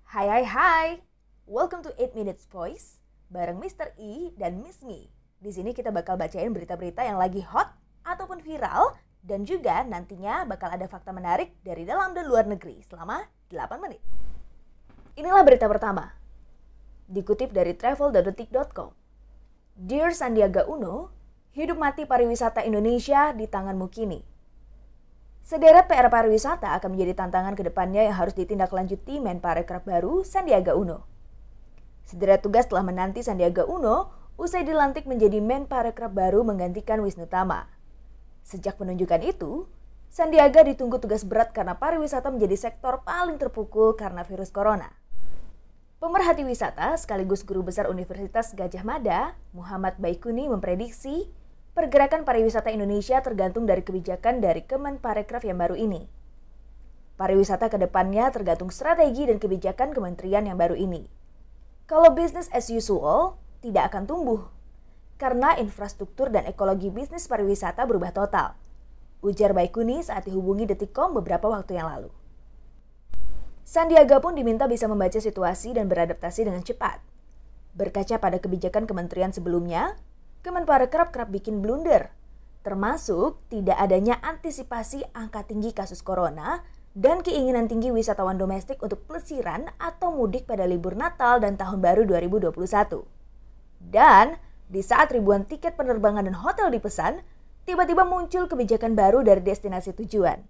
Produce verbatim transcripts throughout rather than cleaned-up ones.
Hai hai hai, welcome to eight minutes Voice bareng mister E dan Miss Me. Di sini kita bakal bacain berita-berita yang lagi hot ataupun viral dan juga nantinya bakal ada fakta menarik dari dalam dan luar negeri selama delapan menit. Inilah berita pertama. Dikutip dari travel dot detik dot com. Dear Sandiaga Uno, hidup mati pariwisata Indonesia di tanganmu kini. Sederet P R pariwisata akan menjadi tantangan ke depannya yang harus ditindaklanjuti Menparekraf baru Sandiaga Uno. Sederet tugas telah menanti Sandiaga Uno usai dilantik menjadi Menparekraf baru menggantikan Wisnu Tama. Sejak penunjukan itu, Sandiaga ditunggu tugas berat karena pariwisata menjadi sektor paling terpukul karena virus corona. Pemerhati wisata sekaligus guru besar Universitas Gadjah Mada, Muhammad Baikuni memprediksi pergerakan pariwisata Indonesia tergantung dari kebijakan dari Kemenparekraf yang baru ini. Pariwisata ke depannya tergantung strategi dan kebijakan kementerian yang baru ini. Kalau business as usual, tidak akan tumbuh. Karena infrastruktur dan ekologi bisnis pariwisata berubah total. Ujar Baikuni saat dihubungi Detik dot com beberapa waktu yang lalu. Sandiaga pun diminta bisa membaca situasi dan beradaptasi dengan cepat. Berkaca pada kebijakan kementerian sebelumnya, Kemenparekraf kerap bikin blunder, termasuk tidak adanya antisipasi angka tinggi kasus corona dan keinginan tinggi wisatawan domestik untuk pelesiran atau mudik pada libur Natal dan Tahun Baru dua ribu dua puluh satu. Dan di saat ribuan tiket penerbangan dan hotel dipesan, tiba-tiba muncul kebijakan baru dari destinasi tujuan.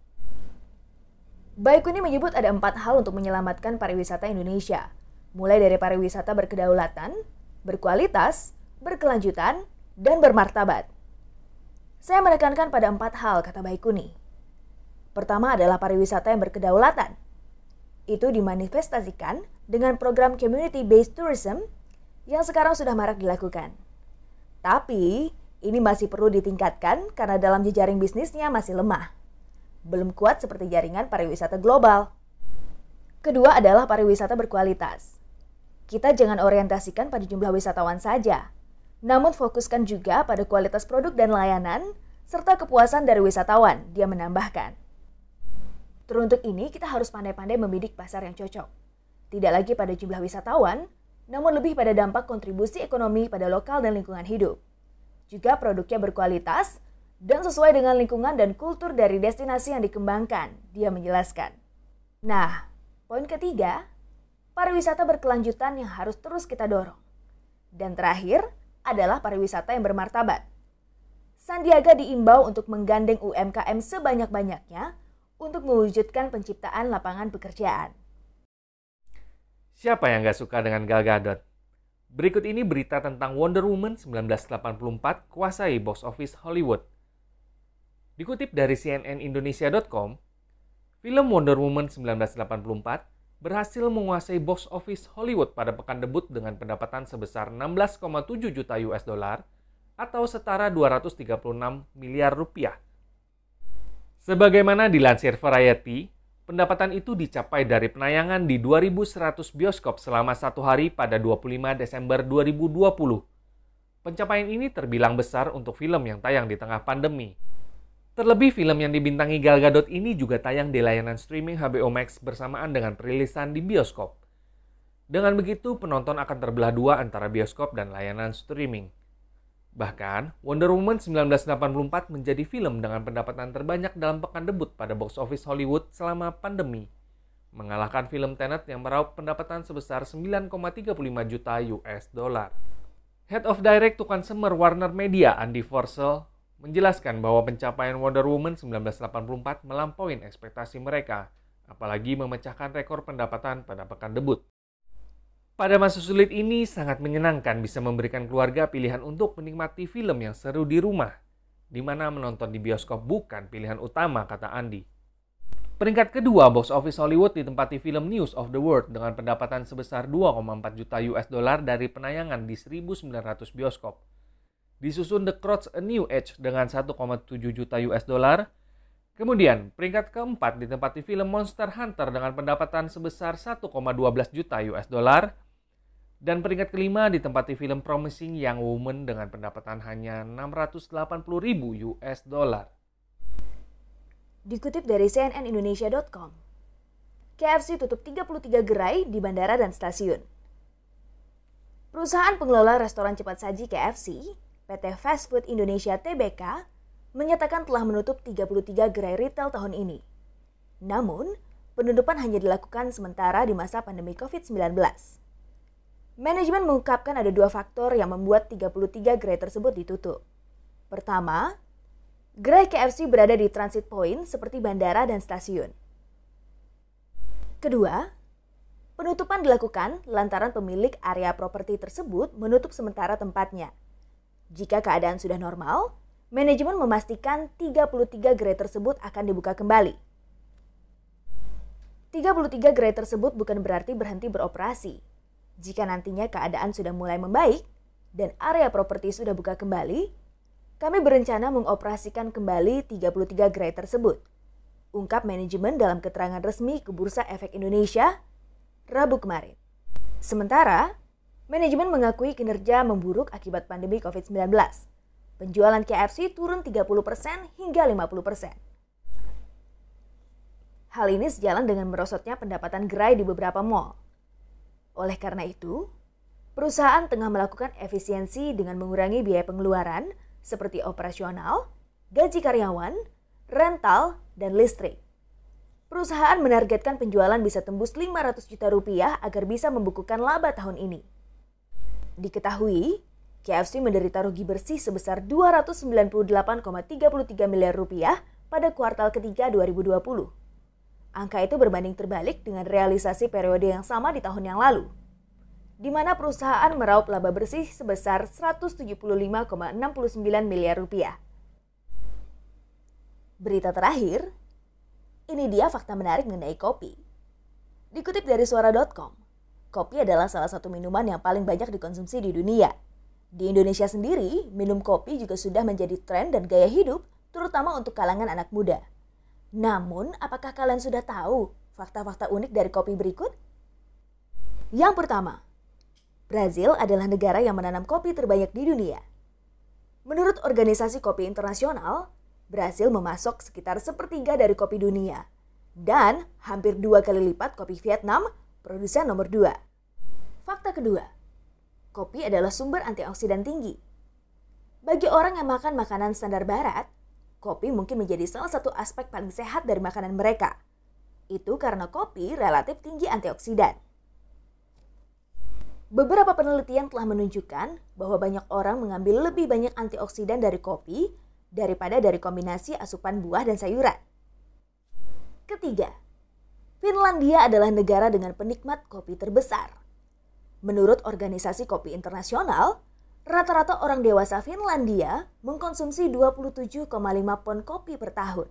Baikuni menyebut ada empat hal untuk menyelamatkan pariwisata Indonesia, mulai dari pariwisata berkedaulatan, berkualitas, berkelanjutan, dan bermartabat. Saya menekankan pada empat hal, kata Baikuni. Pertama adalah pariwisata yang berkedaulatan. Itu dimanifestasikan dengan program community-based tourism yang sekarang sudah marak dilakukan. Tapi, ini masih perlu ditingkatkan karena dalam jejaring bisnisnya masih lemah. Belum kuat seperti jaringan pariwisata global. Kedua adalah pariwisata berkualitas. Kita jangan orientasikan pada jumlah wisatawan saja, namun fokuskan juga pada kualitas produk dan layanan, serta kepuasan dari wisatawan, dia menambahkan. Teruntuk ini, kita harus pandai-pandai membidik pasar yang cocok. Tidak lagi pada jumlah wisatawan, namun lebih pada dampak kontribusi ekonomi pada lokal dan lingkungan hidup. Juga produknya berkualitas dan sesuai dengan lingkungan dan kultur dari destinasi yang dikembangkan, dia menjelaskan. Nah, poin ketiga, pariwisata berkelanjutan yang harus terus kita dorong. Dan terakhir, adalah pariwisata yang bermartabat. Sandiaga diimbau untuk menggandeng U M K M sebanyak-banyaknya untuk mewujudkan penciptaan lapangan pekerjaan. Siapa yang gak suka dengan Gal Gadot? Berikut ini berita tentang Wonder Woman seribu sembilan ratus delapan puluh empat kuasai box office Hollywood. Dikutip dari C N N Indonesia dot com, film Wonder Woman seribu sembilan ratus delapan puluh empat berhasil menguasai box office Hollywood pada pekan debut dengan pendapatan sebesar enam belas koma tujuh juta U S dollar atau setara dua ratus tiga puluh enam miliar rupiah. Sebagaimana dilansir Variety, pendapatan itu dicapai dari penayangan di dua ribu seratus bioskop selama satu hari pada dua puluh lima Desember dua ribu dua puluh. Pencapaian ini terbilang besar untuk film yang tayang di tengah pandemi. Terlebih film yang dibintangi Gal Gadot ini juga tayang di layanan streaming H B O Max bersamaan dengan perilisan di bioskop. Dengan begitu, penonton akan terbelah dua antara bioskop dan layanan streaming. Bahkan, Wonder Woman seribu sembilan ratus delapan puluh empat menjadi film dengan pendapatan terbanyak dalam pekan debut pada box office Hollywood selama pandemi, mengalahkan film Tenet yang meraup pendapatan sebesar sembilan koma tiga puluh lima juta U S dollar. Head of Direct Tukang Semer Warner Media, Andy Forssell, menjelaskan bahwa pencapaian Wonder Woman seribu sembilan ratus delapan puluh empat melampaui ekspektasi mereka, apalagi memecahkan rekor pendapatan pada pekan debut. Pada masa sulit ini, sangat menyenangkan bisa memberikan keluarga pilihan untuk menikmati film yang seru di rumah, di mana menonton di bioskop bukan pilihan utama, kata Andy. Peringkat kedua box office Hollywood ditempati film News of the World dengan pendapatan sebesar dua koma empat juta U S dollar dari penayangan di seribu sembilan ratus bioskop. Disusun The Croods: A New Age dengan satu koma tujuh juta U S dollar. Kemudian, peringkat keempat ditempati film Monster Hunter dengan pendapatan sebesar satu koma satu dua juta U S dollar. Dan peringkat kelima ditempati film Promising Young Woman dengan pendapatan hanya enam ratus delapan puluh ribu U S dollar. Dikutip dari C N N Indonesia dot com, K F C tutup tiga puluh tiga gerai di bandara dan stasiun. Perusahaan pengelola restoran cepat saji K F C, P T Fast Food Indonesia T B K, menyatakan telah menutup tiga puluh tiga gerai retail tahun ini. Namun, penutupan hanya dilakukan sementara di masa pandemi covid sembilan belas. Manajemen mengungkapkan ada dua faktor yang membuat tiga puluh tiga gerai tersebut ditutup. Pertama, gerai K F C berada di transit point seperti bandara dan stasiun. Kedua, penutupan dilakukan lantaran pemilik area properti tersebut menutup sementara tempatnya. Jika keadaan sudah normal, manajemen memastikan tiga puluh tiga gerai tersebut akan dibuka kembali. tiga puluh tiga gerai tersebut bukan berarti berhenti beroperasi. Jika nantinya keadaan sudah mulai membaik dan area properti sudah buka kembali, kami berencana mengoperasikan kembali tiga puluh tiga gerai tersebut, ungkap manajemen dalam keterangan resmi ke Bursa Efek Indonesia Rabu kemarin. Sementara, manajemen mengakui kinerja memburuk akibat pandemi covid sembilan belas. Penjualan K F C turun tiga puluh persen hingga lima puluh persen. Hal ini sejalan dengan merosotnya pendapatan gerai di beberapa mal. Oleh karena itu, perusahaan tengah melakukan efisiensi dengan mengurangi biaya pengeluaran seperti operasional, gaji karyawan, rental, dan listrik. Perusahaan menargetkan penjualan bisa tembus lima ratus juta rupiah agar bisa membukukan laba tahun ini. Diketahui, K F C menderita rugi bersih sebesar dua ratus sembilan puluh delapan koma tiga tiga miliar rupiah pada kuartal ketiga dua ribu dua puluh. Angka itu berbanding terbalik dengan realisasi periode yang sama di tahun yang lalu, di mana perusahaan meraup laba bersih sebesar seratus tujuh puluh lima koma enam sembilan miliar rupiah. Berita terakhir, ini dia fakta menarik mengenai kopi. Dikutip dari suara titik com, kopi adalah salah satu minuman yang paling banyak dikonsumsi di dunia. Di Indonesia sendiri, minum kopi juga sudah menjadi tren dan gaya hidup, terutama untuk kalangan anak muda. Namun, apakah kalian sudah tahu fakta-fakta unik dari kopi berikut? Yang pertama, Brazil adalah negara yang menanam kopi terbanyak di dunia. Menurut Organisasi Kopi Internasional, Brasil memasok sekitar sepertiga dari kopi dunia dan hampir dua kali lipat kopi Vietnam, produsen nomor dua. Fakta kedua, kopi adalah sumber antioksidan tinggi. Bagi orang yang makan makanan standar barat, kopi mungkin menjadi salah satu aspek paling sehat dari makanan mereka. Itu karena kopi relatif tinggi antioksidan. Beberapa penelitian telah menunjukkan bahwa banyak orang mengambil lebih banyak antioksidan dari kopi daripada dari kombinasi asupan buah dan sayuran. Ketiga, Finlandia adalah negara dengan penikmat kopi terbesar. Menurut Organisasi Kopi Internasional, rata-rata orang dewasa Finlandia mengkonsumsi dua puluh tujuh koma lima pon kopi per tahun.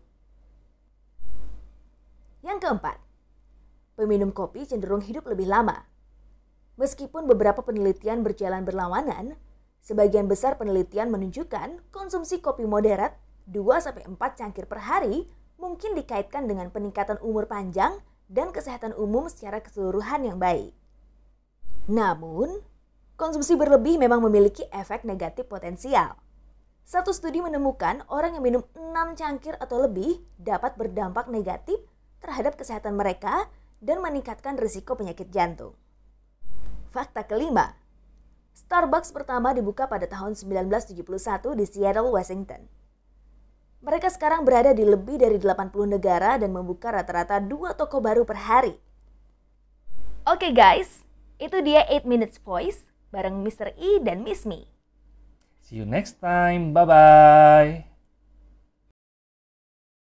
Yang keempat, peminum kopi cenderung hidup lebih lama. Meskipun beberapa penelitian berjalan berlawanan, sebagian besar penelitian menunjukkan konsumsi kopi moderat dua sampai empat cangkir per hari mungkin dikaitkan dengan peningkatan umur panjang dan kesehatan umum secara keseluruhan yang baik. Namun, konsumsi berlebih memang memiliki efek negatif potensial. Satu studi menemukan orang yang minum enam cangkir atau lebih dapat berdampak negatif terhadap kesehatan mereka dan meningkatkan risiko penyakit jantung. Fakta kelima, Starbucks pertama dibuka pada tahun sembilan belas tujuh puluh satu di Seattle, Washington. Mereka sekarang berada di lebih dari delapan puluh negara dan membuka rata-rata dua toko baru per hari. Oke guys, itu dia eight minutes Voice bareng mister E dan Miss Me. See you next time. Bye-bye.